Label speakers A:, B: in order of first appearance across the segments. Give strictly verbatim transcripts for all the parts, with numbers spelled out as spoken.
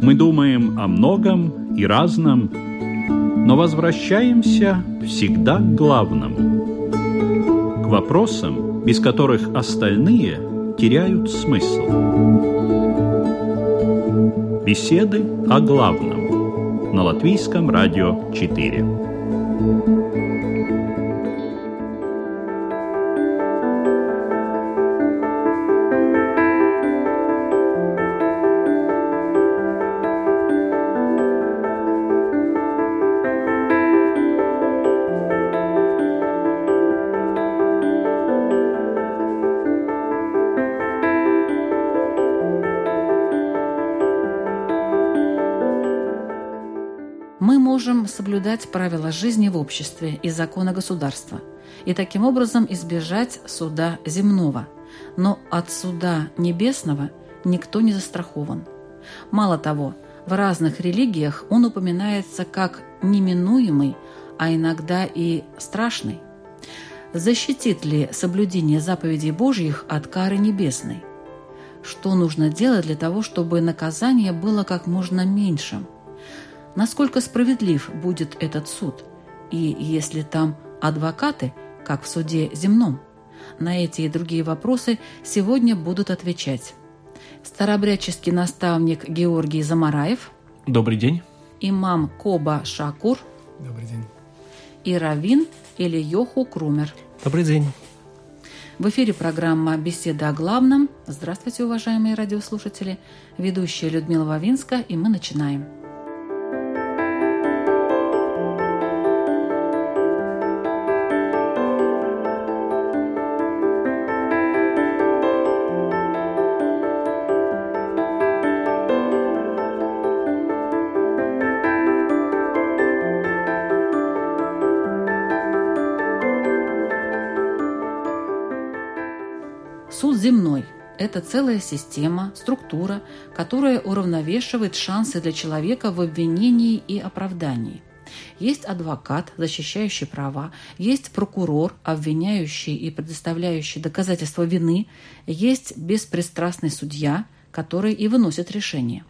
A: Мы думаем о многом и разном, но возвращаемся всегда к главному, к вопросам, без которых остальные теряют смысл. Беседы о главном на Латвийском радио четыре.
B: Мы можем соблюдать правила жизни в обществе и законы государства, и таким образом избежать суда земного. Но от суда небесного никто не застрахован. Мало того, в разных религиях он упоминается как неминуемый, а иногда и страшный. Защитит ли соблюдение заповедей Божьих от кары небесной? Что нужно делать для того, чтобы наказание было как можно меньшим? Насколько справедлив будет этот суд? И если там адвокаты, как в суде земном? На эти и другие вопросы сегодня будут отвечать старообрядческий наставник Георгий Замараев.
C: Добрый день.
B: Имам Коба Шакур.
D: Добрый день.
B: И раввин Элиёху Крумер.
C: Добрый день.
B: В эфире программа «Беседа о главном». Здравствуйте, уважаемые радиослушатели. Ведущая Людмила Вавинска, и мы начинаем. Суд земной – это целая система, структура, которая уравновешивает шансы для человека в обвинении и оправдании. Есть адвокат, защищающий права, есть прокурор, обвиняющий и предоставляющий доказательства вины, есть беспристрастный судья, который и выносит решение.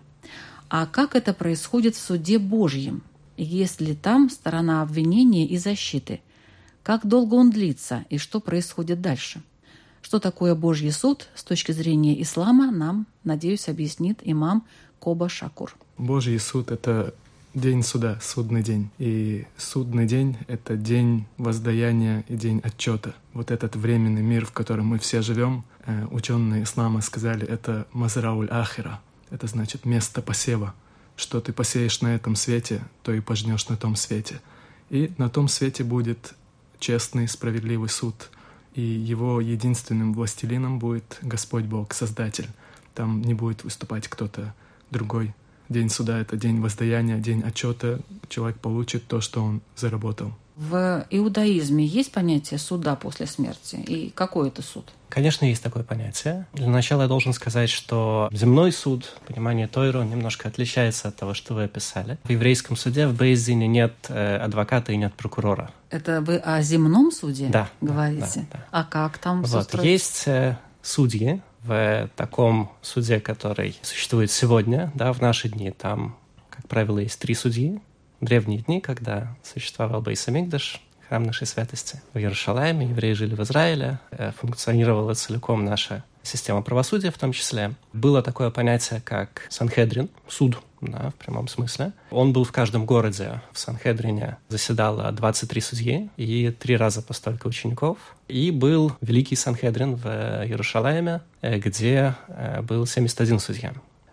B: А как это происходит в суде Божьем? Есть ли там сторона обвинения и защиты? Как долго он длится и что происходит дальше? Что такое Божий суд с точки зрения ислама, нам, надеюсь, объяснит имам Коба Шакур.
D: Божий суд — это день суда, судный день. И судный день — это день воздаяния и день отчета. Вот этот временный мир, в котором мы все живем, ученые ислама сказали, это мазрауль ахира. Это значит место посева. Что ты посеешь на этом свете, то и пожнешь на том свете. И на том свете будет честный, справедливый суд. И его единственным властелином будет Господь Бог, Создатель. Там не будет выступать кто-то другой. День суда — это день воздаяния, день отчета. Человек получит то, что он заработал.
B: В иудаизме есть понятие суда после смерти? И какой это суд?
C: Конечно, есть такое понятие. Для начала я должен сказать, что земной суд, понимание Тойры, немножко отличается от того, что вы описали. В еврейском суде в Бейс-Дине нет э, адвоката и нет прокурора.
B: Это вы о земном суде
C: да,
B: говорите?
C: Да, да.
B: А как там
C: вот.
B: устроено?
C: Есть э, судьи в таком суде, который существует сегодня, да, в наши дни. Там, как правило, есть три судьи. В древние дни, когда существовал Бейс-Микдаш, храм нашей святости, в Иерушалайме, евреи жили в Израиле, функционировала целиком наша система правосудия в том числе. Было такое понятие, как Санхедрин, суд, да, в прямом смысле. Он был в каждом городе. В Санхедрине заседало двадцать три судьи и три раза по столько учеников. И был Великий Санхедрин в Иерушалайме, где был семьдесят один судья.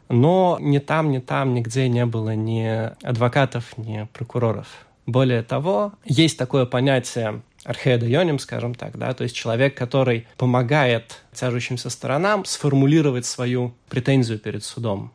C: Но ни там, ни там, нигде не было ни адвокатов, ни прокуроров. Более того, есть такое понятие археодайоним, скажем так, да, то есть человек, который помогает тяжущимся сторонам сформулировать свою претензию перед судом.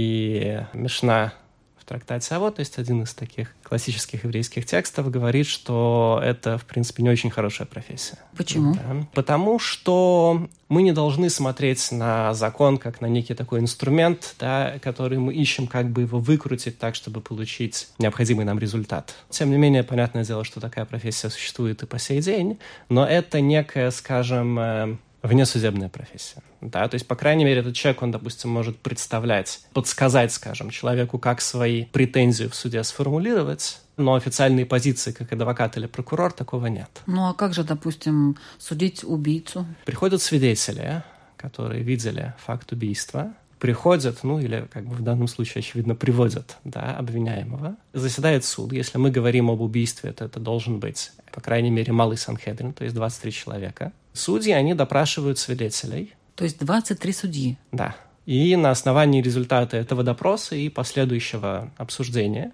C: И Мишна в трактате Авот, то есть один из таких классических еврейских текстов, говорит, что это, в принципе, не очень хорошая профессия.
B: Почему?
C: Да. Потому что мы не должны смотреть на закон как на некий такой инструмент, да, который мы ищем, как бы его выкрутить так, чтобы получить необходимый нам результат. Тем не менее, понятное дело, что такая профессия существует и по сей день, но это некая, скажем, внесудебная профессия. Да? То есть, по крайней мере, этот человек, он, допустим, может представлять, подсказать, скажем, человеку, как свои претензии в суде сформулировать, но официальные позиции, как адвокат или прокурор, такого нет.
B: Ну а как же, допустим, судить убийцу?
C: Приходят свидетели, которые видели факт убийства, приходят, ну или, как бы в данном случае, очевидно, приводят, да, обвиняемого. Заседает суд. Если мы говорим об убийстве, то это должен быть, по крайней мере, малый Санхедрин, то есть двадцать три человека. Судьи, они допрашивают свидетелей.
B: То есть двадцать три судьи?
C: Да. И на основании результата этого допроса и последующего обсуждения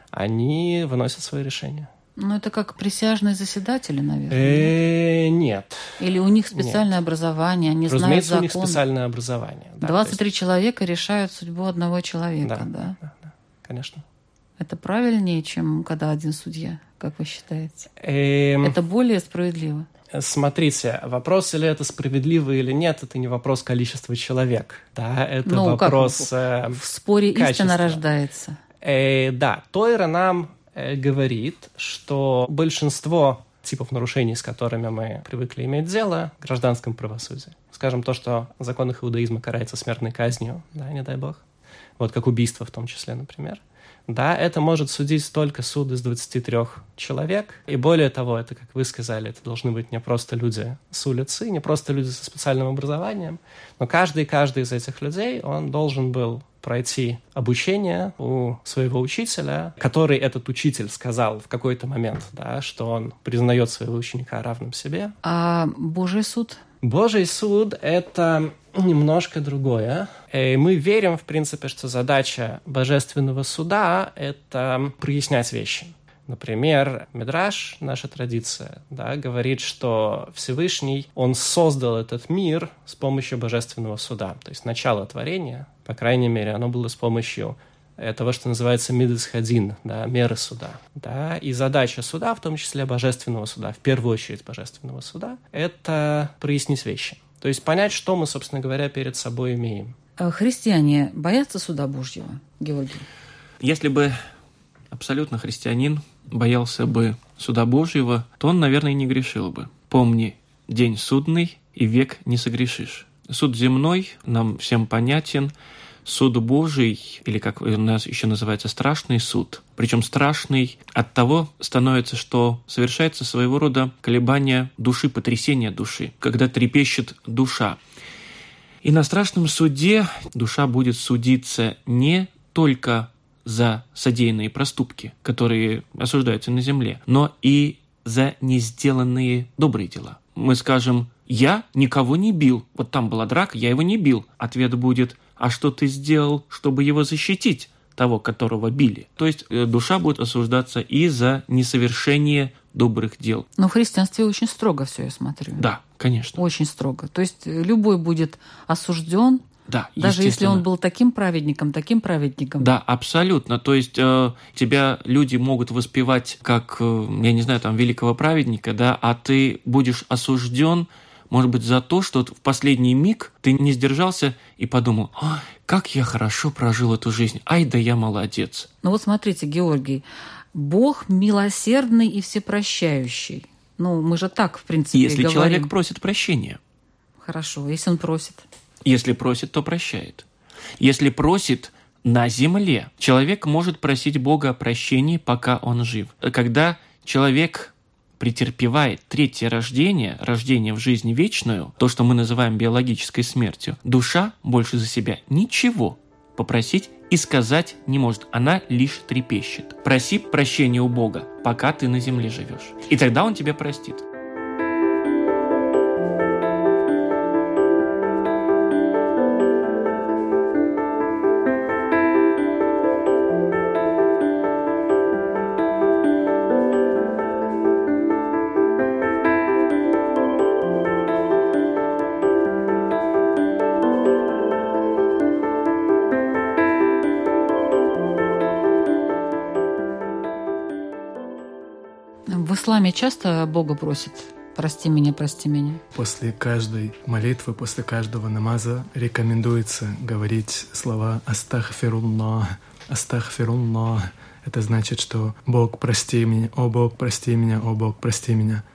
C: они выносят свое решение.
B: Ну, это как присяжные заседатели, наверное.
C: Э, нет.
B: Или у них специальное образование, они знают
C: Разумеется,
B: закон.
C: у них специальное образование. Да,
B: двадцать три
C: есть...
B: человека решают судьбу одного человека,
C: да?
B: Да,
C: да, да, конечно.
B: Это правильнее, чем когда один судья, как вы считаете?
C: Эм...
B: Это более справедливо?
C: Смотрите, вопрос, или это справедливо или нет, это не вопрос количества человек. Да, это
B: ну,
C: вопрос
B: как? В споре
C: качества.
B: Истина рождается.
C: Э, да, Тойра нам э, говорит, что большинство типов нарушений, с которыми мы привыкли иметь дело, в гражданском правосудии, скажем, то, что в законах иудаизма карается смертной казнью, да, не дай бог, вот как убийство в том числе, например, да, это может судить только суд из двадцати трёх человек. И более того, это, как вы сказали, это должны быть не просто люди с улицы, не просто люди со специальным образованием, но каждый-каждый из этих людей, он должен был пройти обучение у своего учителя, который этот учитель сказал в какой-то момент, да, что он признает своего ученика равным себе.
B: А Божий суд?
C: Божий суд — это немножко другое. И мы верим, в принципе, что задача божественного суда — это прояснять вещи. Например, Мидраш, наша традиция, да, говорит, что Всевышний, он создал этот мир с помощью божественного суда. То есть начало творения, по крайней мере, оно было с помощью того, что называется мидас хадин, да, меры суда. Да. И задача суда, в том числе божественного суда, в первую очередь божественного суда, это прояснить вещи. То есть понять, что мы, собственно говоря, перед собой имеем.
B: Христиане боятся суда Божьего, Георгий?
E: Если бы абсолютно христианин боялся бы суда Божьего, то он, наверное, не грешил бы. Помни, день судный, и век не согрешишь. Суд земной нам всем понятен. Суд Божий, или как у нас еще называется, страшный суд. Причем страшный от того становится, что совершается своего рода колебание души, потрясение души, когда трепещет душа. И на страшном суде душа будет судиться не только за содеянные проступки, которые осуждаются на земле, но и за несделанные добрые дела. Мы скажем: «Я никого не бил». Вот там была драка, я его не бил. Ответ будет: «А что ты сделал, чтобы его защитить, того, которого били?» То есть душа будет осуждаться и за несовершение добрых дел.
B: Но в христианстве очень строго все, я смотрю.
E: Да, конечно.
B: Очень строго. То есть любой будет осужден,
E: да,
B: даже если он был таким праведником, таким праведником.
E: Да, абсолютно. То есть э, тебя люди могут воспевать как, э, я не знаю, там, великого праведника, да, а ты будешь осужден, может быть, за то, что в последний миг ты не сдержался и подумал: «Ой, как я хорошо прожил эту жизнь, ай да я молодец».
B: Ну вот смотрите, Георгий, Бог милосердный и всепрощающий. Ну, мы же так, в принципе,
E: если
B: говорим.
E: Человек просит прощения.
B: Хорошо, если он просит.
E: Если просит, то прощает. Если просит на земле, человек может просить Бога о прощении, пока он жив. Когда человек претерпевает третье рождение, рождение в жизнь вечную, то, что мы называем биологической смертью, душа больше за себя ничего попросить и сказать не может. Она лишь трепещет. Проси прощения у Бога, пока ты на земле живешь. И тогда Он тебя простит.
B: В исламе часто Бога просит: «Прости меня, прости меня».
D: После каждой молитвы, после каждого намаза рекомендуется говорить слова «Астагфируллах», «Астагфируллах». Это значит, что «Бог, прости меня, о Бог, прости меня, о Бог, прости меня».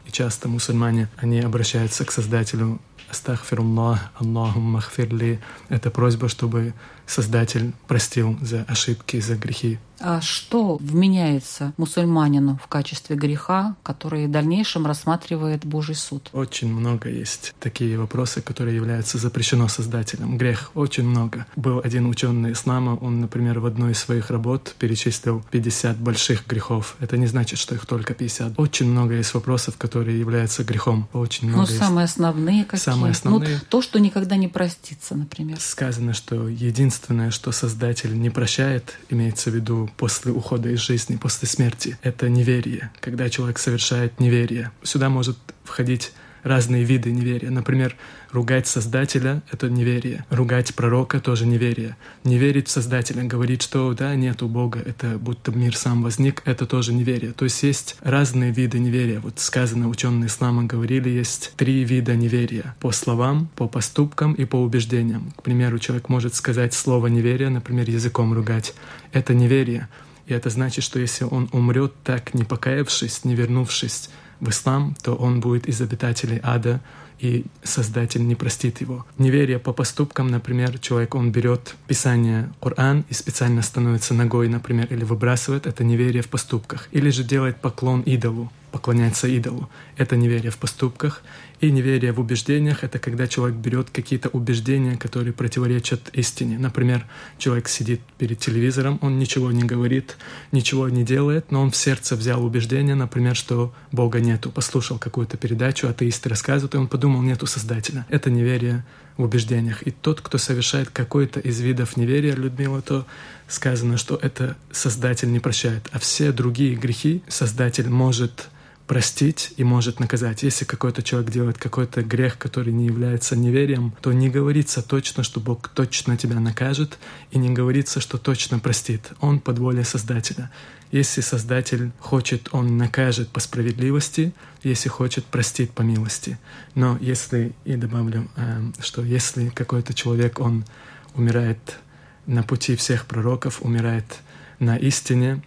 D: И часто мусульмане, они обращаются к Создателю «Астагфируллах, Аллахумма гфирли». Это просьба, чтобы Создатель простил за ошибки, за грехи.
B: А что вменяется мусульманину в качестве греха, который в дальнейшем рассматривает Божий суд?
D: Очень много есть такие вопросы, которые являются запрещено Создателем. Грех очень много. Был один ученый ислама, он, например, в одной из своих работ перечислил пятьдесят больших грехов. Это не значит, что их только пятьдесят. Очень много есть вопросов, которые являются грехом. Очень много.
B: Ну,
D: есть.
B: самые основные какие?
D: Самые основные.
B: Ну, то, что никогда не простится, например.
D: Сказано, что единственное, что Создатель не прощает, имеется в виду после ухода из жизни, после смерти, это неверие. Когда человек совершает неверие. Сюда может входить разные виды неверия. Например, ругать Создателя — это неверие. Ругать пророка — тоже неверие. Не верить в Создателя, говорить, что да, нету Бога, это будто мир сам возник, это тоже неверие. То есть есть разные виды неверия. Вот сказано, ученые ислама говорили, есть три вида неверия. По словам, по поступкам и по убеждениям. К примеру, человек может сказать слово неверие, например, языком ругать. Это неверие. И это значит, что если он умрет так, не покаявшись, не вернувшись в ислам, то он будет из обитателей ада, и Создатель не простит его. Неверие по поступкам, например, человек, он берет Писание, Коран, и специально становится ногой, например, или выбрасывает, это неверие в поступках. Или же делает поклон идолу, поклоняется идолу. Это неверие в поступках. И неверие в убеждениях — это когда человек берет какие-то убеждения, которые противоречат истине. Например, человек сидит перед телевизором, он ничего не говорит, ничего не делает, но он в сердце взял убеждение, например, что Бога нету. Послушал какую-то передачу, атеисты рассказывают, и он подумал, нету Создателя. Это неверие в убеждениях. И тот, кто совершает какой-то из видов неверия, Людмила, то сказано, что это Создатель не прощает. А все другие грехи Создатель может простить и может наказать. Если какой-то человек делает какой-то грех, который не является неверием, то не говорится точно, что Бог точно тебя накажет, и не говорится, что точно простит. Он под волей Создателя. Если Создатель хочет, Он накажет по справедливости, если хочет, простит по милости. Но если, и добавлю, что если какой-то человек, он умирает на пути всех пророков, умирает на истине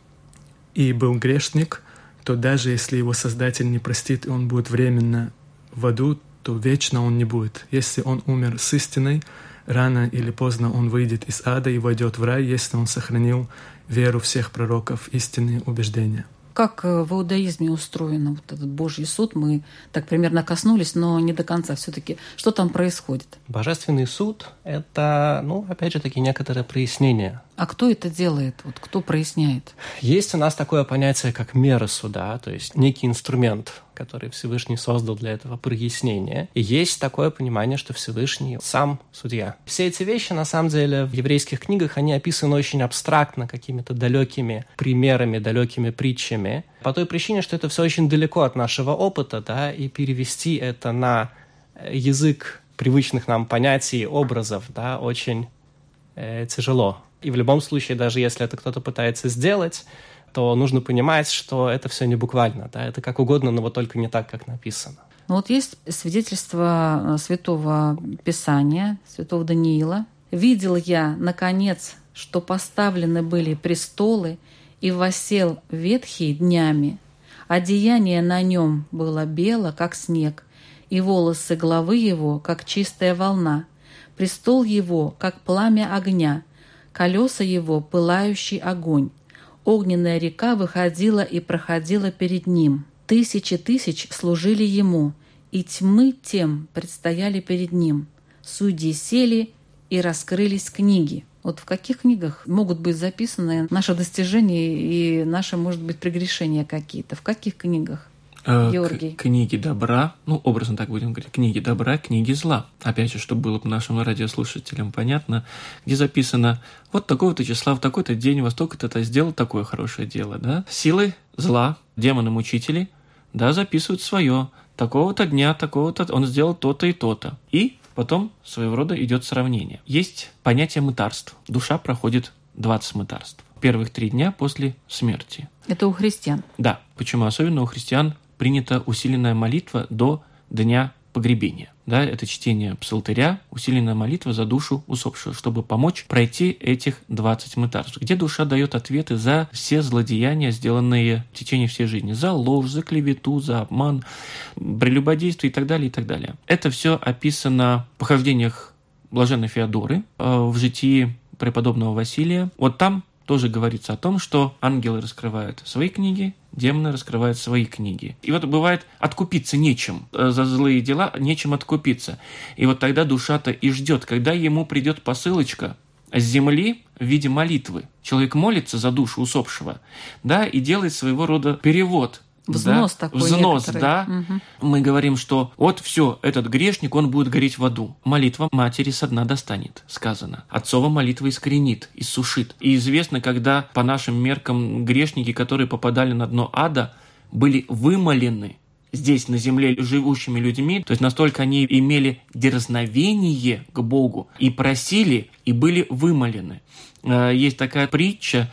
D: и был грешник, то даже если его Создатель не простит, и он будет временно в аду, то вечно он не будет. Если он умер с истиной, рано или поздно он выйдет из ада и войдет в рай, если он сохранил веру всех пророков, истинные убеждения.
B: Как в иудаизме устроен вот этот Божий суд? Мы так примерно коснулись, но не до конца. Все-таки что там происходит?
C: Божественный суд — это, ну, опять же таки, некоторое прояснение.
B: А кто это делает? Вот кто проясняет?
C: Есть у нас такое понятие, как мера суда, то есть некий инструмент, который Всевышний создал для этого прояснения. И есть такое понимание, что Всевышний сам судья. Все эти вещи, на самом деле, в еврейских книгах, они описаны очень абстрактно, какими-то далекими примерами, далекими притчами, по той причине, что это все очень далеко от нашего опыта, да, и перевести это на язык привычных нам понятий, образов, да, очень э, тяжело. И в любом случае, даже если это кто-то пытается сделать, то нужно понимать, что это все не буквально, да, это как угодно, но вот только не так, как написано.
B: Ну вот есть свидетельство Святого Писания, Святого Даниила. «Видел я, наконец, что поставлены были престолы, и воссел ветхий днями. Одеяние на нем было бело, как снег, и волосы головы его, как чистая волна. Престол его, как пламя огня, колеса его, пылающий огонь. Огненная река выходила и проходила перед ним. Тысячи тысяч служили ему, и тьмы тем предстояли перед ним. Судьи сели, и раскрылись книги». Вот в каких книгах могут быть записаны наши достижения и наши, может быть, прегрешения какие-то? В каких книгах,
E: э,
B: Георгий?
E: К- книги добра, ну, образно так будем говорить, книги добра, книги зла. Опять же, чтобы было бы нашим радиослушателям понятно, где записано, вот такого-то числа, в такой-то день, во столько-то сделал такое хорошее дело, да? Силы зла, демоны-мучители, да, записывают свое. Такого-то дня, такого-то, он сделал то-то и то-то. И потом своего рода идет сравнение. Есть понятие мытарств. Душа проходит двадцать мытарств. Первых три дня после смерти.
B: Это у христиан?
E: Да. Почему? Особенно у христиан принята усиленная молитва до дня погребения. Да, это чтение псалтыря, усиленная молитва за душу усопшего, чтобы помочь пройти этих двадцать мытарств, где душа дает ответы за все злодеяния, сделанные в течение всей жизни. За ложь, за клевету, за обман, прелюбодействие и так далее, и так далее. Это все описано в похождениях блаженной Феодоры, в житии преподобного Василия. Вот там тоже говорится о том, что ангелы раскрывают свои книги, демоны раскрывают свои книги. И вот бывает, откупиться нечем. За злые дела нечем откупиться. И вот тогда душа-то и ждет, когда ему придет посылочка с земли в виде молитвы. Человек молится за душу усопшего, да, и делает своего рода перевод.
B: Взнос
E: да?
B: такой
E: Взнос,
B: некоторый.
E: да.
B: Угу.
E: Мы говорим, что вот все, этот грешник, он будет гореть в аду. Молитва матери со дна достанет, сказано. Отцова молитва искоренит, иссушит. И известно, когда по нашим меркам грешники, которые попадали на дно ада, были вымолены здесь, на земле, живущими людьми, то есть настолько они имели дерзновение к Богу и просили, и были вымолены. Есть такая притча,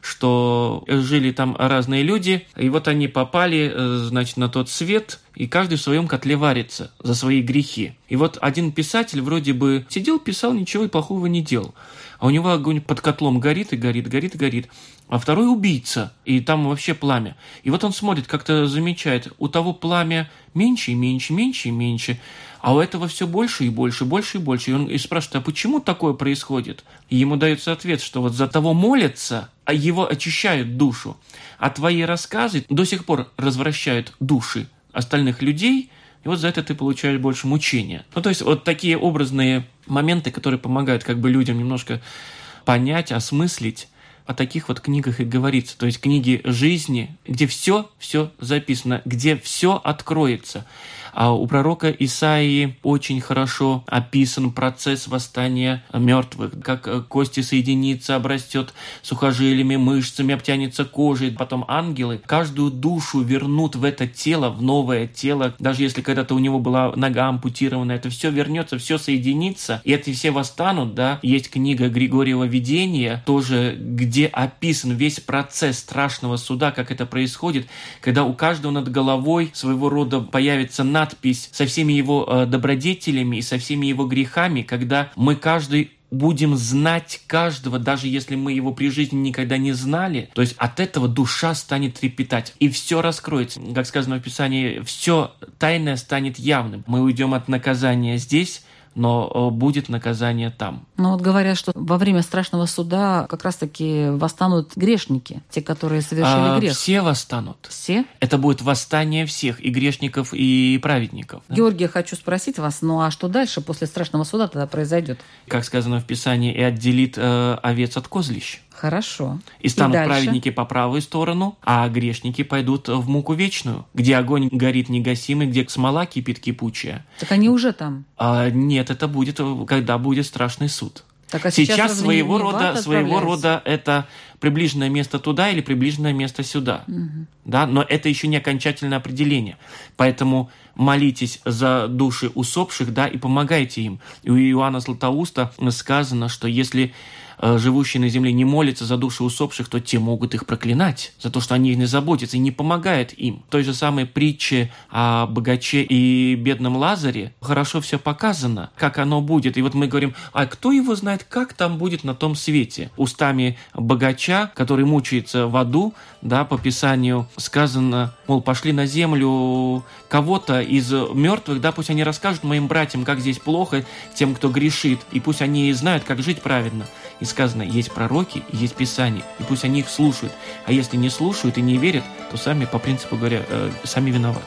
E: что жили там разные люди, и вот они попали, значит, на тот свет, и каждый в своем котле варится за свои грехи. И вот один писатель вроде бы сидел, писал, ничего плохого не делал. А у него огонь под котлом горит и горит, горит и горит. А второй убийца, и там вообще пламя. И вот он смотрит, как-то замечает, у того пламя меньше и меньше, меньше и меньше, а у этого все больше и больше, больше и больше. И он и спрашивает, а почему такое происходит? И ему дается ответ, что вот за того молятся, а его очищают душу. А твои рассказы до сих пор развращают души остальных людей, и вот за это ты получаешь больше мучения. Ну, то есть вот такие образные моменты, которые помогают как бы людям немножко понять, осмыслить. О таких вот книгах и говорится. То есть книги жизни, где все, все записано, где все откроется. А у пророка Исаии очень хорошо описан процесс восстания мертвых, как кости соединится, обрастет сухожилиями, мышцами, обтянется кожей. Потом ангелы каждую душу вернут в это тело, в новое тело. Даже если когда-то у него была нога ампутирована, это все вернется, все соединится, и это все восстанут. Да? Есть книга Григорьева «Видение», тоже, где описан весь процесс страшного суда, как это происходит, когда у каждого над головой своего рода появится надпись надпись со всеми его э, добродетелями и со всеми его грехами, когда мы каждый будем знать каждого, даже если мы его при жизни никогда не знали, то есть от этого душа станет трепетать, и все раскроется. Как сказано в Писании, все тайное станет явным. Мы уйдем от наказания здесь, но будет наказание там.
B: Но вот говорят, что во время страшного суда как раз-таки восстанут грешники, те, которые совершили
E: а,
B: грех.
E: Все восстанут.
B: Все?
E: Это будет восстание всех, и грешников, и праведников.
B: Георгий, хочу спросить вас, ну а что дальше после страшного суда тогда произойдет?
E: Как сказано в Писании, и отделит э, овец от козлищ.
B: Хорошо.
E: И станут
B: и
E: праведники по правую сторону, а грешники пойдут в муку вечную, где огонь горит негасимый, где смола кипит кипучая.
B: Так они уже там?
E: А, нет, это будет, когда будет страшный суд.
B: Так, а сейчас
E: сейчас своего
B: не
E: рода, своего рода это приближенное место туда или приближенное место сюда.
B: Угу.
E: Да? Но это еще не окончательное определение. Поэтому молитесь за души усопших, да, и помогайте им. И у Иоанна Златоуста сказано, что если живущие на земле не молятся за души усопших, то те могут их проклинать за то, что они их не заботятся и не помогают им. В той же самой притче о богаче и бедном Лазаре хорошо все показано, как оно будет. И вот мы говорим, а кто его знает, как там будет на том свете? Устами богача, который мучается в аду, да, по Писанию сказано, мол, пошли на землю кого-то из мертвых, да, пусть они расскажут моим братьям, как здесь плохо, тем, кто грешит, и пусть они знают, как жить правильно. И сказано, есть пророки, есть Писание, и пусть они их слушают. А если не слушают и не верят, то сами, по принципу говоря, э, сами виноваты.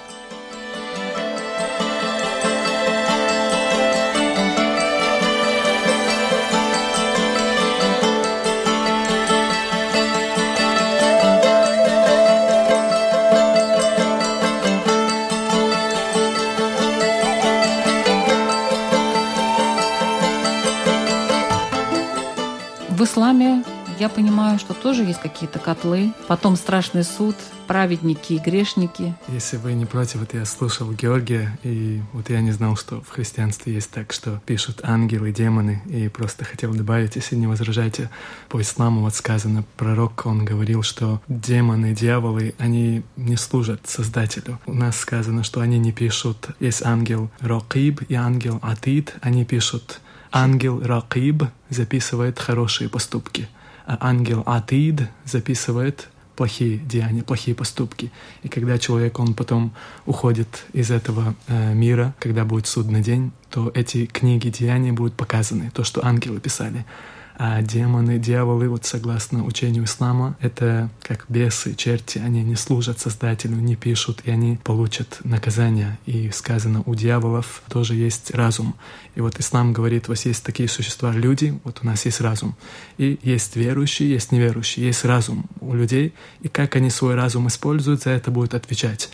B: В исламе я понимаю, что тоже есть какие-то котлы, потом страшный суд, праведники и грешники.
D: Если вы не против, вот я слушал Георгия, и вот я не знал, что в христианстве есть так, что пишут ангелы, демоны, и просто хотел добавить, если не возражаете, по исламу вот сказано, пророк, он говорил, что демоны, дьяволы, они не служат Создателю. У нас сказано, что они не пишут, есть ангел Ракиб и ангел Атид, они пишут, ангел Ракиб записывает хорошие поступки, а ангел Атид записывает плохие деяния, плохие поступки. И когда человек, он потом уходит из этого э, мира, когда будет судный день, то эти книги деяний будут показаны, то, что ангелы писали. А демоны, дьяволы, вот согласно учению ислама, это как бесы, черти, они не служат Создателю, не пишут, и они получат наказание. И сказано, у дьяволов тоже есть разум. И вот ислам говорит, у вас есть такие существа, люди, вот у нас есть разум. И есть верующие, есть неверующие, есть разум у людей, и как они свой разум используют, за это будут отвечать.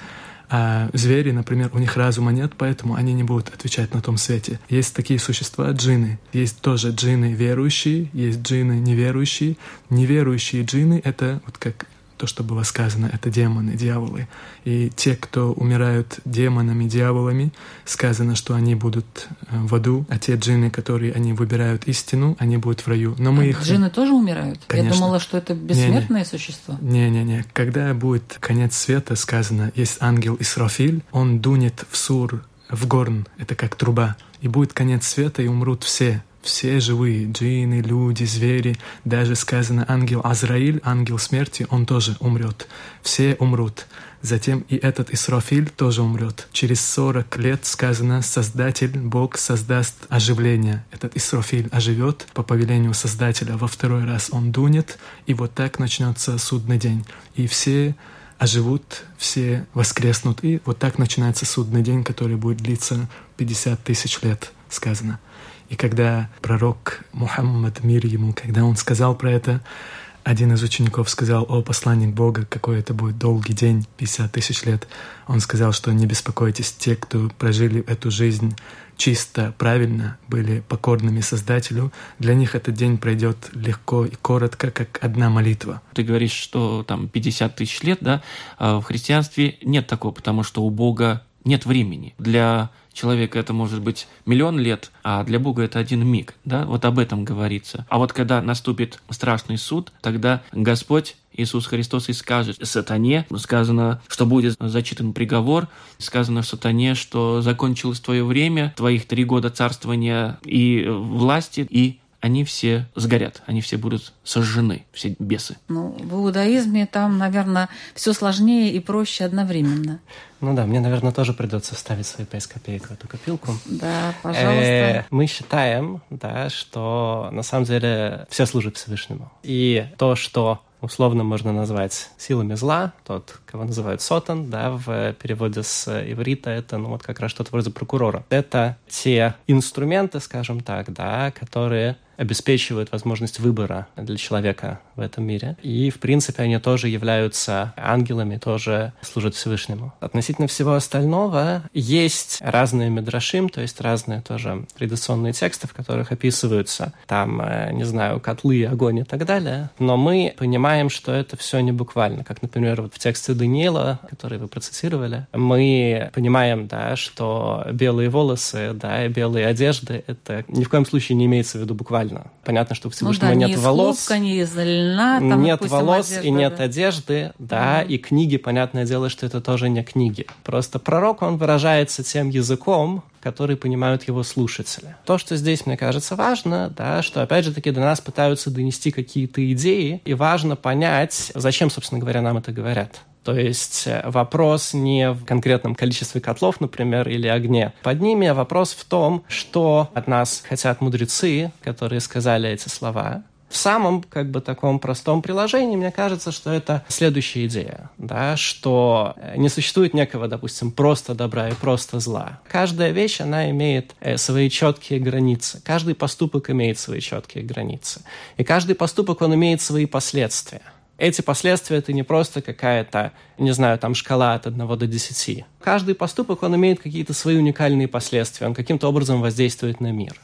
D: А звери, например, у них разума нет, поэтому они не будут отвечать на том свете. Есть такие существа, джинны. Есть тоже джинны верующие, есть джинны неверующие. Неверующие джинны — это вот как то, что было сказано, это демоны, дьяволы. И те, кто умирают демонами, дьяволами, сказано, что они будут в аду, а те джинны, которые они выбирают истину, они будут в раю. Но мы
B: а
D: их...
B: Джинны тоже умирают?
D: Конечно.
B: Я думала, что это бессмертные существа.
D: Не-не-не. Когда будет конец света, сказано, есть ангел Исрафиль, он дунет в сур, в горн, это как труба, и будет конец света, и умрут все. Все живые, джинны, люди, звери, даже сказано ангел Азраиль, ангел смерти, он тоже умрет. Все умрут. Затем и этот Исрафиль тоже умрет. Через сорок лет сказано, Создатель, Бог создаст оживление. Этот Исрафиль оживет по повелению Создателя. Во второй раз он дунет, и вот так начнется судный день. И все оживут, все воскреснут. И вот так начинается судный день, который будет длиться пятьдесят тысяч лет, сказано. И когда пророк Мухаммад, мир ему, когда он сказал про это, один из учеников сказал: «О, посланник Бога, какой это будет долгий день, пятьдесят тысяч лет». Он сказал, что не беспокойтесь, те, кто прожили эту жизнь чисто, правильно, были покорными Создателю, для них этот день пройдет легко и коротко, как одна молитва.
E: Ты говоришь, что там пятьдесят тысяч лет, да? А в христианстве нет такого, потому что у Бога нет времени. Для человека это может быть миллион лет, а для Бога это один миг. Да? Вот об этом говорится. А вот когда наступит страшный суд, тогда Господь Иисус Христос и скажет сатане, сказано, что будет зачитан приговор, сказано сатане, что закончилось твое время, твоих три года царствования и власти, и они все сгорят, они все будут сожжены, все бесы.
B: Ну, в иудаизме там, наверное, все сложнее и проще одновременно.
C: Ну да, мне, наверное, тоже придется вставить свои пять копеек в эту копилку.
B: Да, пожалуйста.
C: Мы считаем, да, что на самом деле все служат Всевышнему. И то, что условно можно назвать силами зла, тот, кого называют сотан, да, в переводе с иврита это, ну, вот как раз что-то вроде прокурора. Это те инструменты, скажем так, да, которые обеспечивают возможность выбора для человека в этом мире. И, в принципе, они тоже являются ангелами, тоже служат Всевышнему. Относительно всего остального есть разные мидрашим, то есть разные тоже традиционные тексты, в которых описываются там, не знаю, котлы, огонь и так далее. Но мы понимаем, что это все не буквально. Как, например, вот в тексте Даниила, который вы процитировали, мы понимаем, да, что белые волосы, да, и белые одежды, это ни в коем случае не имеется в виду буквально. Понятно, что у Всевышнего
B: ну, да,
C: нет волос,
B: хлопка, не из льна, там,
C: нет
B: допустим,
C: волос
B: одежда,
C: и нет
B: да.
C: одежды, да,
B: Mm-hmm.
C: и книги, понятное дело, что это тоже не книги. Просто пророк, он выражается тем языком, который понимают его слушатели. То, что здесь, мне кажется, важно, да, что, опять же таки, до нас пытаются донести какие-то идеи, и важно понять, зачем, собственно говоря, нам это говорят. То есть вопрос не в конкретном количестве котлов, например, или огне под ними, а вопрос в том, что от нас хотят мудрецы, которые сказали эти слова. В самом, как бы, таком простом приложении, мне кажется, что это следующая идея, да, что не существует некого, допустим, просто добра и просто зла. Каждая вещь, она имеет свои четкие границы. Каждый поступок имеет свои четкие границы. И каждый поступок, он имеет свои последствия. Эти последствия — это не просто какая-то, не знаю, там шкала от одного до десяти. Каждый поступок, он имеет какие-то свои уникальные последствия, он каким-то образом воздействует на мир.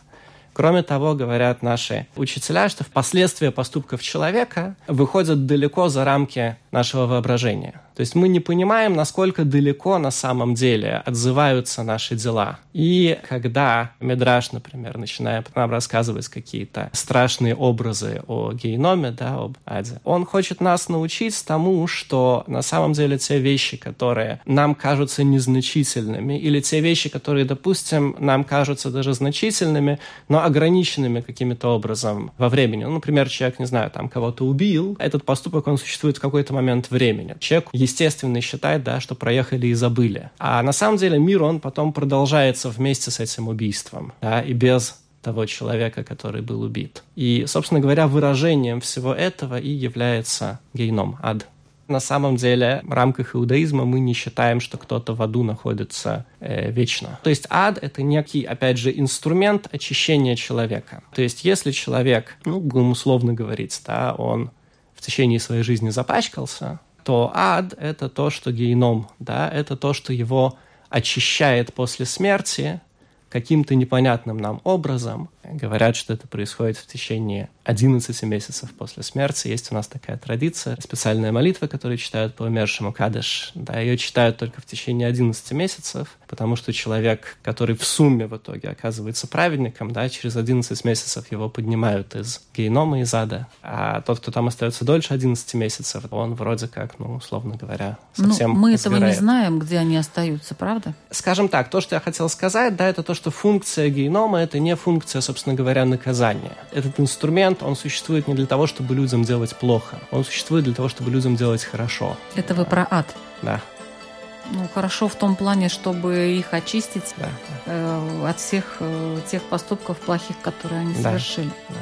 C: Кроме того, говорят наши учителя, что впоследствии поступков человека выходят далеко за рамки нашего воображения. То есть мы не понимаем, насколько далеко на самом деле отзываются наши дела. И когда Мидраш, например, начинает нам рассказывать какие-то страшные образы о гейноме, да, об аде, он хочет нас научить тому, что на самом деле те вещи, которые нам кажутся незначительными, или те вещи, которые, допустим, нам кажутся даже значительными, но ограниченными каким-то образом во времени. Ну, например, человек, не знаю, там кого-то убил, этот поступок, он существует в какой-то момент времени. Человек, естественно, считает, да, что проехали и забыли. А на самом деле мир, он потом продолжается вместе с этим убийством, да, и без того человека, который был убит. И, собственно говоря, выражением всего этого и является гейном, ад. На самом деле, в рамках иудаизма мы не считаем, что кто-то в аду находится э, вечно. То есть ад — это некий, опять же, инструмент очищения человека. То есть если человек, ну, будем условно говорить, да, он в течение своей жизни запачкался, то ад — это то, что гейном, да, это то, что его очищает после смерти каким-то непонятным нам образом. Говорят, что это происходит в течение одиннадцати месяцев после смерти. Есть у нас такая традиция, специальная молитва, которую читают по умершему Кадеш. Да, ее читают только в течение одиннадцати месяцев, потому что человек, который в сумме в итоге оказывается праведником, да, через одиннадцать месяцев его поднимают из гейнома, из ада. А тот, кто там остается дольше одиннадцати месяцев, он вроде как, ну, условно говоря, совсем
B: ну, мы этого
C: сгорает.
B: Не знаем, где они остаются, правда?
C: Скажем так, то, что я хотел сказать, да, это то, что функция гейнома — это не функция, собственно говоря, наказания. Этот инструмент, он существует не для того, чтобы людям делать плохо. Он существует для того, чтобы людям делать хорошо.
B: Это вы про ад?
C: Да.
B: Ну, хорошо в том плане, чтобы их очистить
C: да, да.
B: Э, от всех э, тех поступков плохих, которые они
C: да,
B: совершили.
C: Да.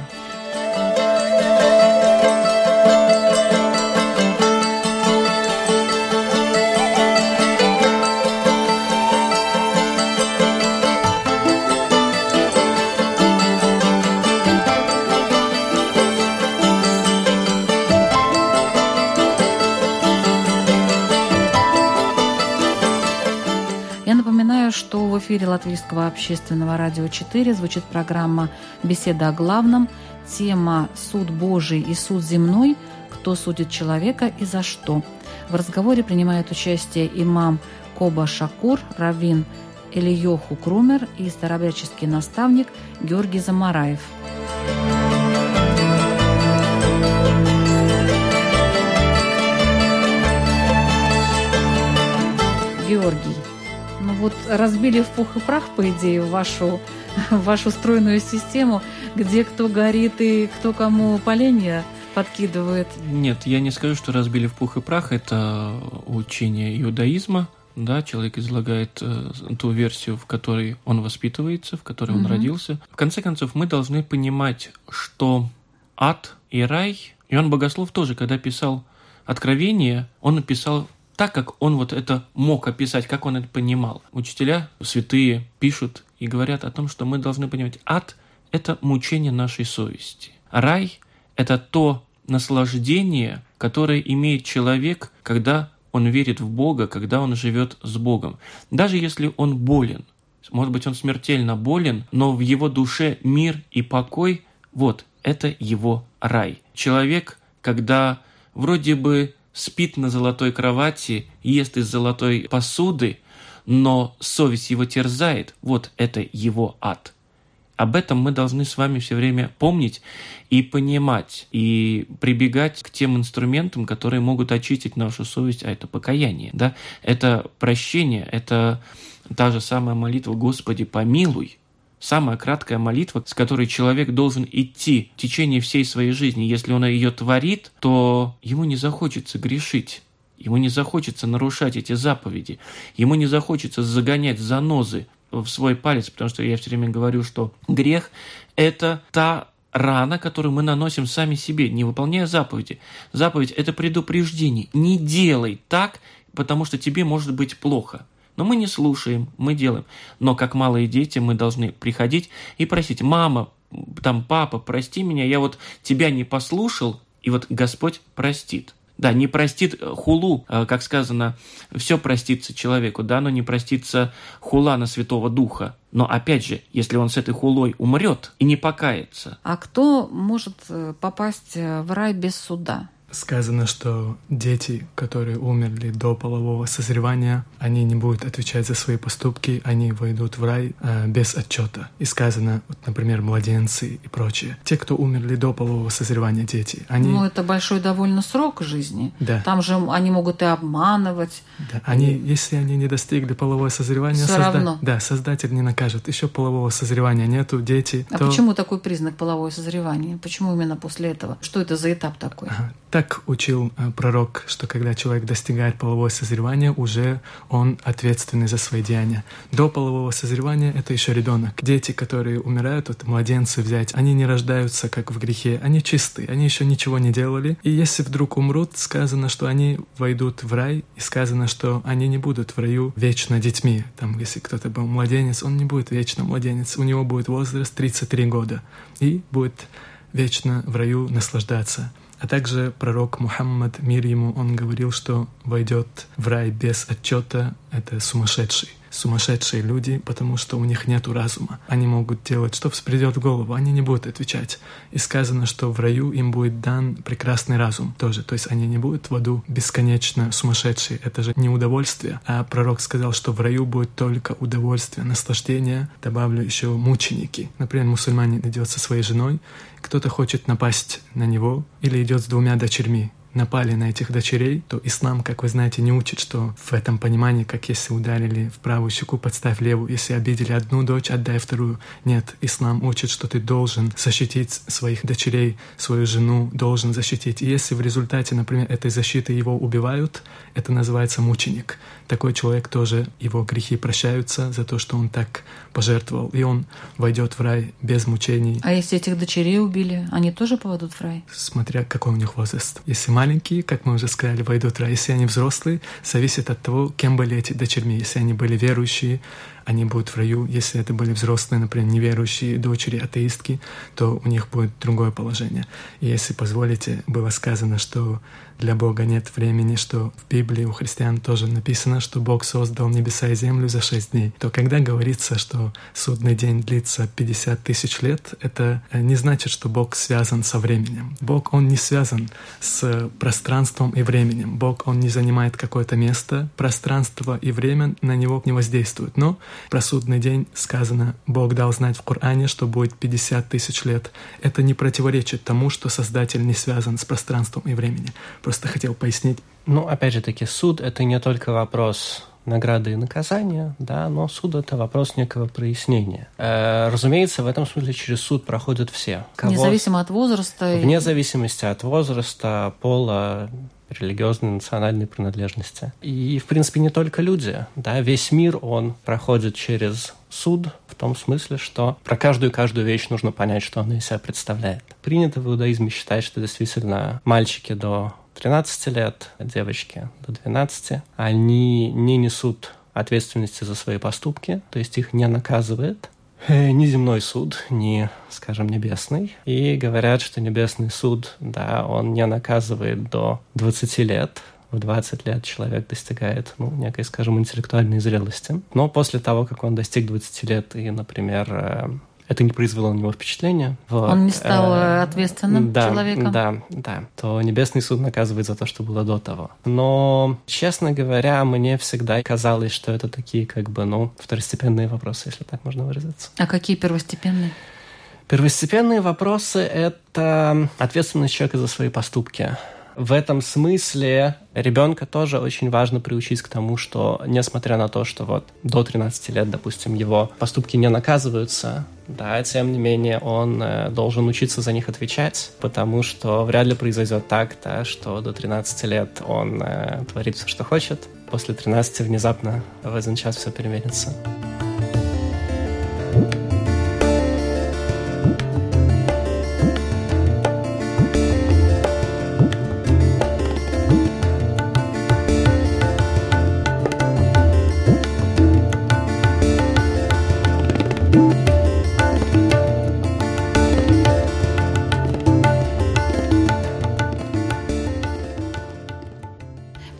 B: Что в эфире Латвийского общественного радио четыре звучит программа «Беседа о главном». Тема «Суд Божий и суд земной. Кто судит человека и за что?». В разговоре принимает участие имам Коба Шакур, раввин Элиоху Крумер и старообрядческий наставник Георгий Замараев. Георгий, ну вот разбили в пух и прах, по идее, вашу, вашу стройную систему, где кто горит и кто кому поленья подкидывает.
E: Нет, я не скажу, что разбили в пух и прах. Это учение иудаизма. Да, человек излагает э, ту версию, в которой он воспитывается, в которой он mm-hmm. родился. В конце концов, мы должны понимать, что ад и рай, Иоанн Богослов тоже, когда писал Откровение, он написал так, как он вот это мог описать, как он это понимал. Учителя святые пишут и говорят о том, что мы должны понимать, ад — это мучение нашей совести. Рай — это то наслаждение, которое имеет человек, когда он верит в Бога, когда он живет с Богом. Даже если он болен, может быть, он смертельно болен, но в его душе мир и покой, вот, это его рай. Человек, когда вроде бы спит на золотой кровати, ест из золотой посуды, но совесть его терзает, вот это его ад. Об этом мы должны с вами все время помнить и понимать, и прибегать к тем инструментам, которые могут очистить нашу совесть, а это покаяние, да? Это прощение, это та же самая молитва «Господи, помилуй», самая краткая молитва, с которой человек должен идти в течение всей своей жизни. Если он ее творит, то ему не захочется грешить, ему не захочется нарушать эти заповеди, ему не захочется загонять занозы в свой палец, потому что я все время говорю, что грех – это та рана, которую мы наносим сами себе, не выполняя заповеди. Заповедь – это предупреждение. Не делай так, потому что тебе может быть плохо. Но мы не слушаем, мы делаем. Но как малые дети мы должны приходить и просить: мама, там, папа, прости меня, я вот тебя не послушал, и вот Господь простит. Да, не простит хулу, как сказано, все простится человеку, да, но не простится хула на Святого Духа. Но опять же, если он с этой хулой умрет и не покается.
B: А кто может попасть в рай без суда?
D: Сказано, что дети, которые умерли до полового созревания, они не будут отвечать за свои поступки, они войдут в рай э, без отчета. И сказано, вот, например, младенцы и прочее. Те, кто умерли до полового созревания, дети, они...
B: Ну, это большой довольно срок жизни.
D: Да.
B: Там же они могут и обманывать.
D: Да. Они, если они не достигли полового созревания,
B: Всё
D: созда...
B: равно.
D: Да, Создатель не накажет. Еще полового созревания нету, дети...
B: А
D: то...
B: почему такой признак полового созревания? Почему именно после этого? Что это за этап такой?
D: Ага. Так учил э, пророк, что когда человек достигает полового созревания, уже он ответственный за свои деяния. До полового созревания это еще ребенок. Дети, которые умирают, вот младенцы взять, они не рождаются как в грехе, они чистые, они еще ничего не делали. И если вдруг умрут, сказано, что они войдут в рай, и сказано, что они не будут в раю вечно детьми. Там, если кто-то был младенец, он не будет вечно младенец, у него будет возраст тридцать три года и будет вечно в раю наслаждаться. А также пророк Мухаммад, мир ему, он говорил, что войдет в рай без отчета, это сумасшедший. Сумасшедшие люди, потому что у них нет разума. Они могут делать, что взбредет в голову, они не будут отвечать. И сказано, что в раю им будет дан прекрасный разум тоже. То есть они не будут в аду бесконечно сумасшедшие. Это же не удовольствие. А пророк сказал, что в раю будет только удовольствие, наслаждение. Добавлю еще мученики. Например, мусульманин идет со своей женой, кто-то хочет напасть на него или идет с двумя дочерьми. Напали на этих дочерей, то ислам, как вы знаете, не учит, что в этом понимании, как если ударили в правую щеку, подставь левую. Если обидели одну дочь, отдай вторую. Нет, ислам учит, что ты должен защитить своих дочерей, свою жену должен защитить. И если в результате, например, этой защиты его убивают, это называется мученик. Такой человек тоже, его грехи прощаются за то, что он так пожертвовал, и он войдет в рай без мучений.
B: А если этих дочерей убили, они тоже попадут в рай?
D: Смотря какой у них возраст. Если маленькие, как мы уже сказали, войдут в рай. Если они взрослые, зависит от того, кем были эти дочерьми. Если они были верующие, они будут в раю. Если это были взрослые, например, неверующие дочери, атеистки, то у них будет другое положение. И если позволите, было сказано, что для Бога нет времени, что в Библии у христиан тоже написано, что Бог создал небеса и землю за шесть дней. То когда говорится, что судный день длится пятьдесят тысяч лет, это не значит, что Бог связан со временем. Бог, Он не связан с пространством и временем. Бог, Он не занимает какое-то место, пространство и время на Него не воздействуют. Но про судный день сказано, Бог дал знать в Коране, что будет пятьдесят тысяч лет. Это не противоречит тому, что Создатель не связан с пространством и временем. Просто хотел пояснить.
C: Ну, опять же таки, суд — это не только вопрос награды и наказания, да, но суд — это вопрос некого прояснения. Э, разумеется, в этом смысле через суд проходят все. Кого...
B: Независимо от возраста?
C: Вне зависимости от возраста, пола, религиозной, национальной принадлежности. И, в принципе, не только люди. Да, весь мир, он проходит через суд в том смысле, что про каждую-каждую вещь нужно понять, что она из себя представляет. Принято в иудаизме считать, что действительно мальчики до тринадцати лет, девочки до двенадцати, они не несут ответственности за свои поступки, то есть их не наказывает ни земной суд, ни, скажем, небесный. И говорят, что небесный суд, да, он не наказывает до двадцати лет. В двадцать лет человек достигает, ну, некой, скажем, интеллектуальной зрелости. Но после того, как он достиг двадцати лет и, например, это не произвело на него впечатления. Вот,
B: он не стал э, ответственным
C: да,
B: человеком. Да,
C: да. То небесный суд наказывает за то, что было до того. Но, честно говоря, мне всегда казалось, что это такие, как бы, ну, второстепенные вопросы, если так можно выразиться.
B: А какие первостепенные?
C: Первостепенные вопросы — это ответственность человека за свои поступки. В этом смысле ребенка тоже очень важно приучить к тому, что, несмотря на то, что вот до тринадцати лет, допустим, его поступки не наказываются, да, тем не менее он э, должен учиться за них отвечать, потому что вряд ли произойдет так, да, что до тринадцати лет он э, творит все, что хочет. После тринадцати внезапно в один час все переменится.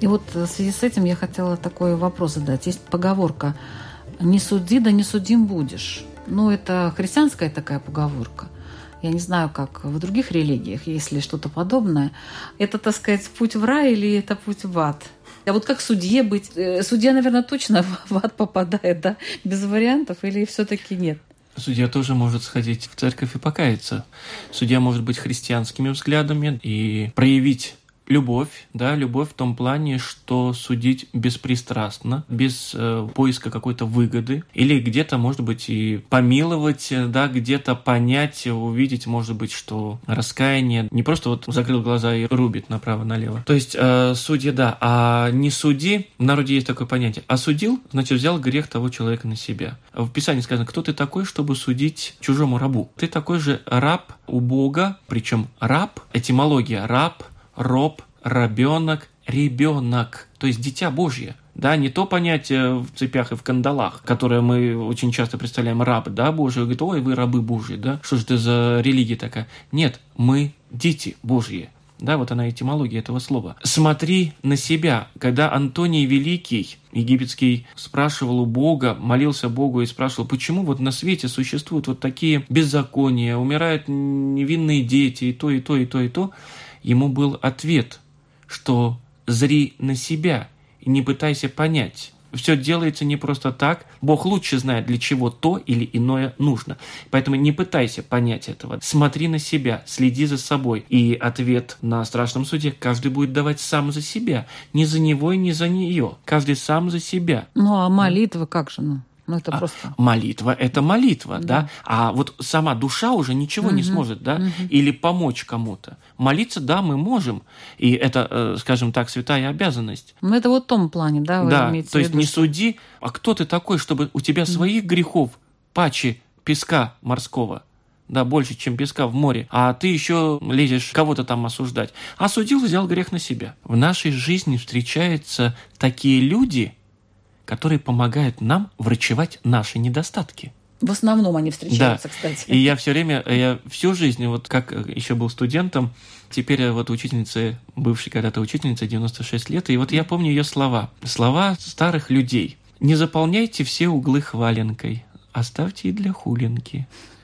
B: вот в связи с этим я хотела такой вопрос задать. Есть поговорка «не суди, да не судим будешь». Ну, это христианская такая поговорка. Я не знаю, как в других религиях, есть ли что-то подобное. Это, так сказать, путь в рай или это путь в ад? А вот как судье быть? Судья, наверное, точно в ад попадает, да? Без вариантов или все-таки нет?
E: Судья тоже может сходить в церковь и покаяться. Судья может быть христианскими взглядами и проявить любовь, да, любовь в том плане, что судить беспристрастно, без э, поиска какой-то выгоды, или где-то, может быть, и помиловать, да, где-то понять, увидеть, может быть, что раскаяние не просто вот закрыл глаза и рубит направо-налево. То есть э, судья, да, а не суди, в народе есть такое понятие, осудил, значит, взял грех того человека на себя. В Писании сказано, кто ты такой, чтобы судить чужому рабу? Ты такой же раб у Бога, причем раб, этимология раб, роб, рабенок, ребенок, то есть дитя Божье. Да, не то понятие в цепях и в кандалах, которое мы очень часто представляем раб, да, Божий, говорит, ой, вы рабы Божьи, да, что же это за религия такая? Нет, мы дети Божьи. Да, вот она этимология этого слова. Смотри на себя. Когда Антоний Великий, египетский, спрашивал у Бога, молился Богу и спрашивал, почему вот на свете существуют вот такие беззакония, умирают невинные дети, и то, и то, и то, и то, ему был ответ, что зри на себя и не пытайся понять. Все делается не просто так. Бог лучше знает, для чего то или иное нужно. Поэтому не пытайся понять этого. Смотри на себя, следи за собой. И ответ на страшном суде каждый будет давать сам за себя. Не за него и не за нее. Каждый сам за себя.
B: Ну, а молитва как же? Ну? Ну, это
E: а,
B: просто...
E: Молитва – это молитва, да. да? А вот сама душа уже ничего угу, не сможет, да, угу. Или помочь кому-то. Молиться, да, мы можем, и это, скажем так, святая обязанность.
B: Ну, это вот в том плане, да, вы
E: да,
B: имеете в виду?
E: То есть не суди, а кто ты такой, чтобы у тебя своих грехов паче песка морского, да, больше, чем песка в море, а ты еще лезешь кого-то там осуждать. Осудил, взял грех на себя. В нашей жизни встречаются такие люди, которые помогают нам врачевать наши недостатки.
B: В основном они встречаются,
E: да.
B: Кстати.
E: И я все время, я всю жизнь, вот как еще был студентом, теперь я вот учительница, бывшей когда-то учительница, девяносто шесть лет, и вот я помню ее слова. Слова старых людей. «Не заполняйте все углы хваленкой, оставьте и для хуленки».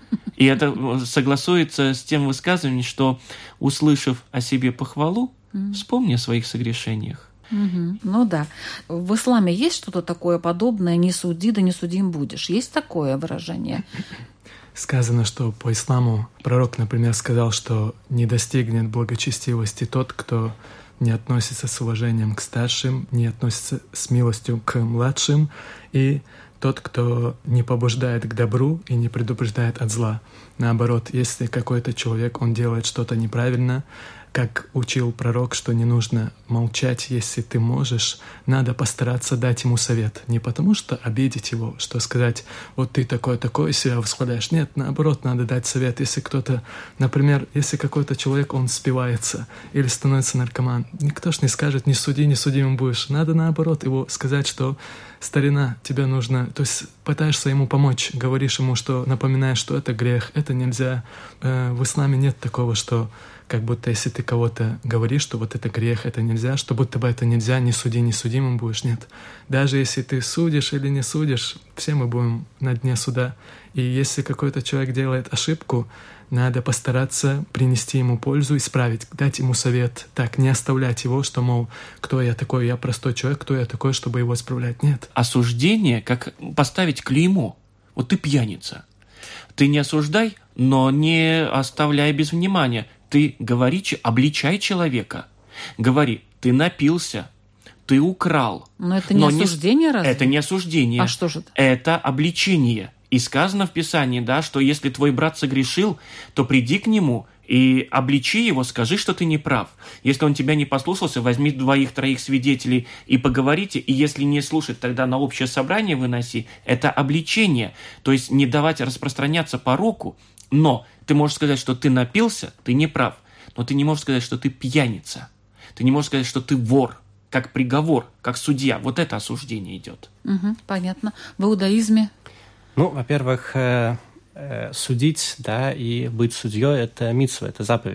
E: И это согласуется с тем высказыванием, что, услышав о себе похвалу, вспомни о своих согрешениях.
B: Угу. Ну да. В исламе есть что-то такое подобное «не суди, да не судим будешь»? Есть такое выражение?
D: Сказано, что по исламу пророк, например, сказал, что не достигнет благочестивости тот, кто не относится с уважением к старшим, не относится с милостью к младшим, и тот, кто не побуждает к добру и не предупреждает от зла. Наоборот, если какой-то человек, он делает что-то неправильно, как учил пророк, что не нужно молчать, если ты можешь, надо постараться дать ему совет. Не потому что обидеть его, что сказать, вот ты такой-такой, себя восхваляешь. Нет, наоборот, надо дать совет. Если кто-то, например, если какой-то человек, он спивается или становится наркоман, никто ж не скажет, не суди, не судимым будешь. Надо наоборот его сказать, что старина, тебе нужно, то есть пытаешься ему помочь, говоришь ему, что напоминаешь, что это грех, это нельзя. В исламе нет такого, что как будто если ты кого-то говоришь, что вот это грех, это нельзя, что будто бы это нельзя, не суди, не судимым будешь. Нет. Даже если ты судишь или не судишь, все мы будем на дне суда. И если какой-то человек делает ошибку, надо постараться принести ему пользу, исправить, дать ему совет. Так, не оставлять его, что, мол, кто я такой, я простой человек, кто я такой, чтобы его исправлять. Нет.
E: Осуждение, как поставить клеймо. Вот ты пьяница. Ты не осуждай, но не оставляй без внимания. Ты говори, обличай человека. Говори, ты напился, ты украл.
B: Но это не но осуждение,
E: не...
B: разве?
E: Это не осуждение.
B: А что же это?
E: Это обличение. И сказано в Писании, да, что если твой брат согрешил, то приди к нему и обличи его, скажи, что ты не прав. Если он тебя не послушался, возьми двоих-троих свидетелей и поговорите, и если не слушать, тогда на общее собрание выноси. Это обличение, то есть не давать распространяться пороку, но ты можешь сказать, что ты напился, ты не прав, но ты не можешь сказать, что ты пьяница, ты не можешь сказать, что ты вор, как приговор, как судья. Вот это осуждение идет.
B: Угу, понятно. В иудаизме?
C: Ну, во-первых, судить, да, и быть судьей – это мицва, это заповедь.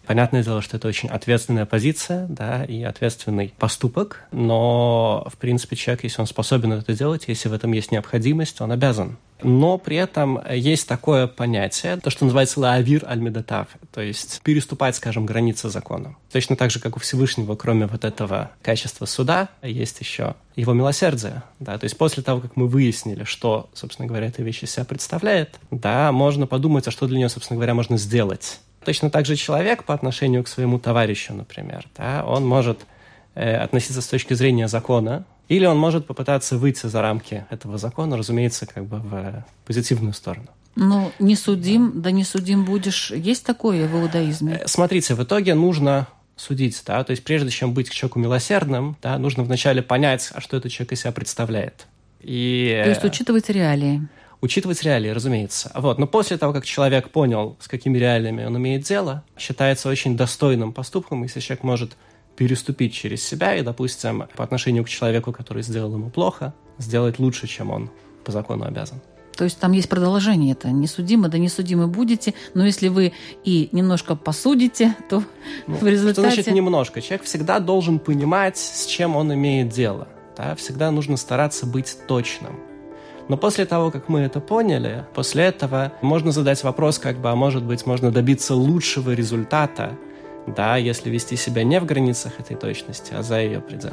C: Понятное дело, что это очень ответственная позиция, да, и ответственный поступок, но, в принципе, человек, если он способен это делать, если в этом есть необходимость, он обязан. Но при этом есть такое понятие, то, что называется «лаавир аль-медатав», то есть переступать, скажем, границы закона. Точно так же, как у Всевышнего, кроме вот этого качества суда, есть еще его милосердие. Да? То есть после того, как мы выяснили, что, собственно говоря, эта вещь из себя представляет, да, можно подумать, а что для нее, собственно говоря, можно сделать. Точно так же человек по отношению к своему товарищу, например, да, он может э, относиться с точки зрения закона, или он может попытаться выйти за рамки этого закона, разумеется, как бы в позитивную сторону.
B: Ну, не судим, да не судим будешь. Есть такое в иудаизме?
C: Смотрите, в итоге нужно судить, да, то есть прежде чем быть к человеку милосердным, да, нужно вначале понять, а что этот человек из себя представляет. И...
B: То есть учитывать реалии.
C: Учитывать реалии, разумеется. Вот. Но после того, как человек понял, с какими реалиями он имеет дело, считается очень достойным поступком, если человек может переступить через себя и, допустим, по отношению к человеку, который сделал ему плохо, сделать лучше, чем он по закону обязан.
B: То есть там есть продолжение это. Не судимы, да не судимы будете, но если вы и немножко посудите, то ну, в результате...
C: Что значит немножко? Человек всегда должен понимать, с чем он имеет дело. Да? Всегда нужно стараться быть точным. Но после того, как мы это поняли, после этого можно задать вопрос, как бы, а может быть, можно добиться лучшего результата, да, если вести себя не в границах этой точности, а за ее пределом.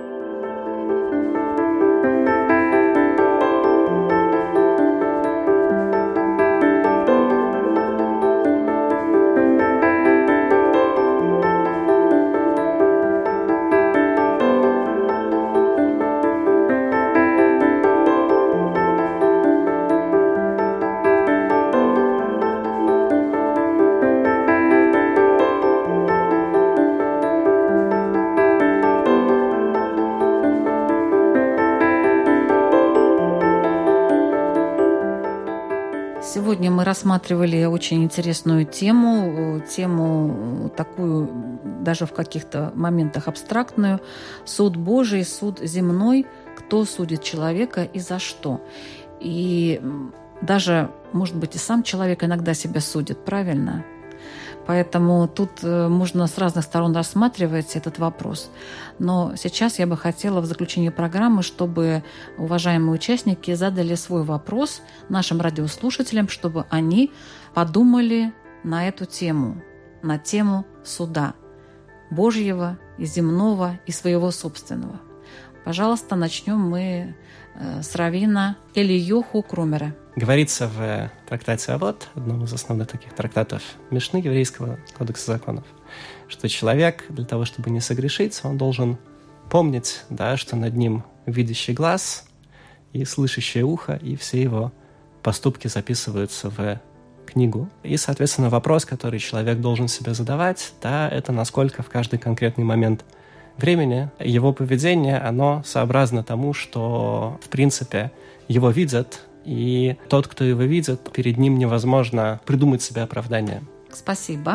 B: Сегодня мы рассматривали очень интересную тему, тему такую даже в каких-то моментах абстрактную. Суд Божий, суд земной, кто судит человека и за что. И даже, может быть, и сам человек иногда себя судит, правильно? Поэтому тут можно с разных сторон рассматривать этот вопрос. Но сейчас я бы хотела в заключении программы, чтобы уважаемые участники задали свой вопрос нашим радиослушателям, чтобы они подумали на эту тему, на тему суда Божьего и земного, и своего собственного. Пожалуйста, начнем мы с раввина Элиёху Крумера.
C: Говорится в трактате Авот, одном из основных таких трактатов Мишны, еврейского кодекса законов, что человек для того, чтобы не согрешить, он должен помнить, да, что над ним видящий глаз и слышащее ухо, и все его поступки записываются в книгу. И, соответственно, вопрос, который человек должен себе задавать, да, это насколько в каждый конкретный момент времени его поведение, оно сообразно тому, что, в принципе, его видят, и тот, кто его видит, перед ним невозможно придумать себе оправдание.
B: Спасибо.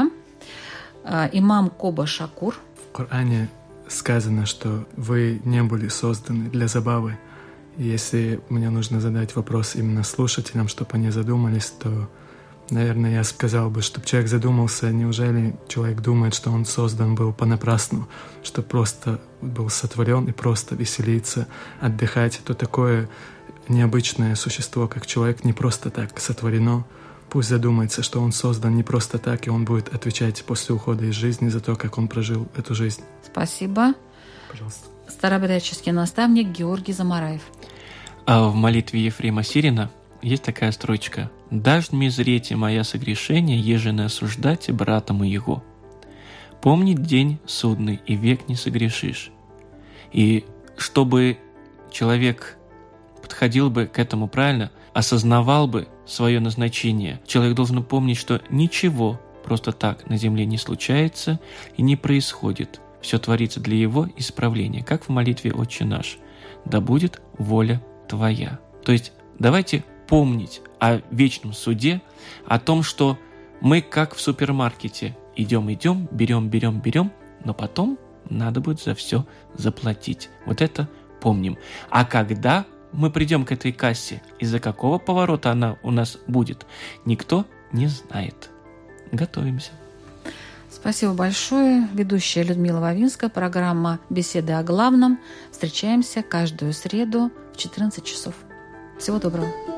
B: Имам Коба Шакур.
D: В Коране сказано, что вы не были созданы для забавы. И если мне нужно задать вопрос именно слушателям, чтобы они задумались, то, наверное, я сказал бы, чтобы человек задумался, неужели человек думает, что он создан был понапрасну, что просто был сотворен и просто веселиться, отдыхать, то такое необычное существо, как человек, не просто так сотворено. Пусть задумается, что он создан не просто так, и он будет отвечать после ухода из жизни за то, как он прожил эту жизнь.
B: Спасибо.
D: Пожалуйста.
B: Старообрядческий наставник Георгий Замараев.
E: А в молитве Ефрема Сирина есть такая строчка: «Даждь зрете моя согрешение, еже не осуждайте брата моего. Помнить день судный, и век не согрешишь». И чтобы человек подходил бы к этому правильно, осознавал бы свое назначение, человек должен помнить, что ничего просто так на земле не случается и не происходит. Все творится для его исправления, как в молитве «Отче наш». «Да будет воля твоя». То есть давайте помнить о вечном суде, о том, что мы как в супермаркете идем-идем, берем-берем, берем, но потом надо будет за все заплатить. Вот это помним. А когда мы придем к этой кассе, из-за какого поворота она у нас будет, никто не знает. Готовимся.
B: Спасибо большое. Ведущая Людмила Вавинская, программа «Беседы о главном». Встречаемся каждую среду в четырнадцать часов. Всего доброго.